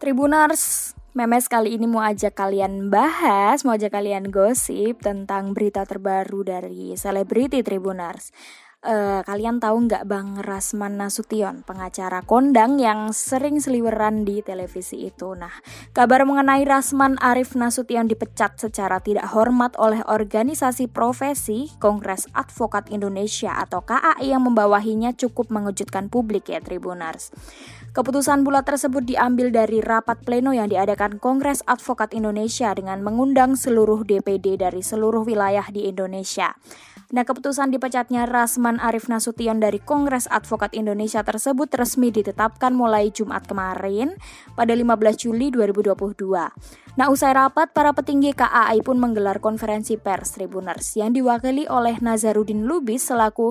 Tribuners, Memes kali ini mau ajak kalian gosip tentang berita terbaru dari selebriti Tribuners. Kalian tahu nggak Bang Rasman Nasution, pengacara kondang yang sering seliweran di televisi itu? Nah, kabar mengenai Rasman Arif Nasution dipecat secara tidak hormat oleh organisasi profesi Kongres Advokat Indonesia atau KAI yang membawahinya cukup mengejutkan publik ya Tribuners. Keputusan bulat tersebut diambil dari rapat pleno yang diadakan Kongres Advokat Indonesia dengan mengundang seluruh DPD dari seluruh wilayah di Indonesia. Nah, keputusan dipecatnya Rasman Arif Nasution dari Kongres Advokat Indonesia tersebut resmi ditetapkan mulai Jumat kemarin pada 15 Juli 2022. Nah, usai rapat, para petinggi KAI pun menggelar konferensi pers Tribuners yang diwakili oleh Nazarudin Lubis selaku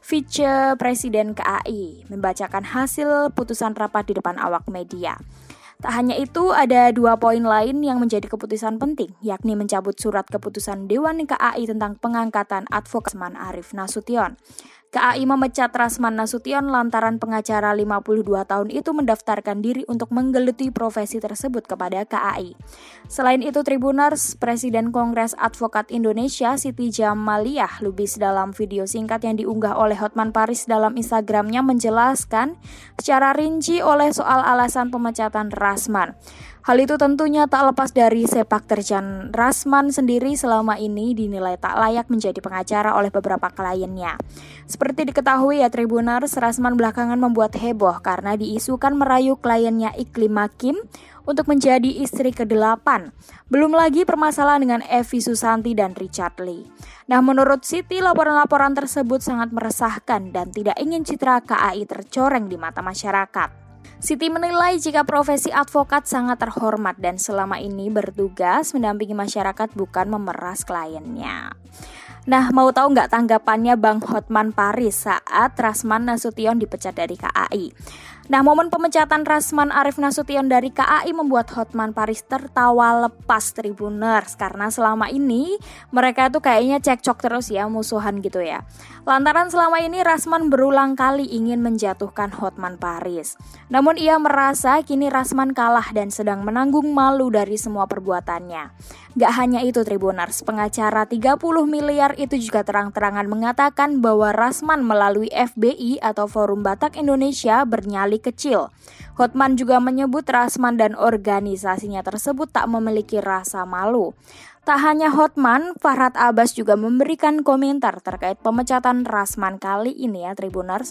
Vice Presiden KAI, membacakan hasil putusan rapat di depan awak media. Tak hanya itu, ada 2 poin lain yang menjadi keputusan penting, yakni mencabut surat keputusan Dewan KAI tentang pengangkatan advokat Rasman Arif Nasution. KAI memecat Rasman Nasution lantaran pengacara 52 tahun itu mendaftarkan diri untuk menggeluti profesi tersebut kepada KAI. Selain itu, Tribuners, Presiden Kongres Advokat Indonesia Siti Jamaliah Lubis dalam video singkat yang diunggah oleh Hotman Paris dalam Instagramnya menjelaskan secara rinci oleh soal alasan pemecatan Rasman. Hal itu tentunya tak lepas dari sepak terjang Rasman sendiri selama ini dinilai tak layak menjadi pengacara oleh beberapa kliennya. Seperti diketahui ya Tribuners, Rasman belakangan membuat heboh karena diisukan merayu kliennya Iklim Hakim untuk menjadi istri ke-8. Belum lagi permasalahan dengan Evi Susanti dan Richard Lee. Nah, menurut Siti, laporan-laporan tersebut sangat meresahkan dan tidak ingin citra KAI tercoreng di mata masyarakat. Siti menilai jika profesi advokat sangat terhormat dan selama ini bertugas mendampingi masyarakat bukan memeras kliennya. Nah, mau tahu nggak tanggapannya Bang Hotman Paris saat Rasman Nasution dipecat dari KAI? Nah, momen pemecatan Rasman Arif Nasution dari KAI membuat Hotman Paris tertawa lepas Tribuners karena selama ini mereka tuh kayaknya cekcok terus ya, musuhan gitu ya. Lantaran selama ini Rasman berulang kali ingin menjatuhkan Hotman Paris. Namun ia merasa kini Rasman kalah dan sedang menanggung malu dari semua perbuatannya. Gak hanya itu Tribuners, pengacara 30 miliar itu juga terang-terangan mengatakan bahwa Rasman melalui FBI atau Forum Batak Indonesia bernyali kecil. Hotman juga menyebut Rasman dan organisasinya tersebut tak memiliki rasa malu. Tak hanya Hotman, Farhad Abbas juga memberikan komentar terkait pemecatan Rasman kali ini ya Tribuners.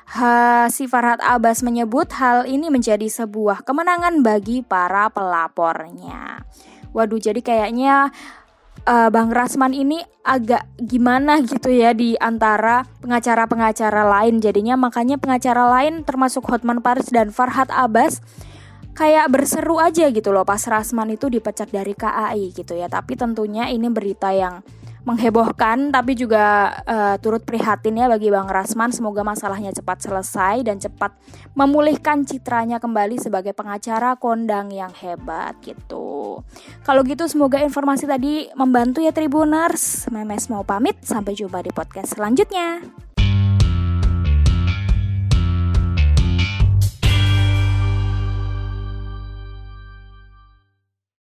Si Farhad Abbas menyebut hal ini menjadi sebuah kemenangan bagi para pelapornya. Waduh, jadi kayaknya Bang Rasman ini agak gimana gitu ya di antara pengacara-pengacara lain. Jadinya makanya pengacara lain termasuk Hotman Paris dan Farhad Abbas kayak berseru aja gitu loh pas Rasman itu dipecat dari KAI gitu ya. Tapi tentunya ini berita yang menghebohkan tapi juga turut prihatin ya bagi Bang Rasman. Semoga masalahnya cepat selesai dan cepat memulihkan citranya kembali sebagai pengacara kondang yang hebat gitu. Kalau gitu semoga informasi tadi membantu ya Tribuners. Memes mau pamit, sampai jumpa di podcast selanjutnya.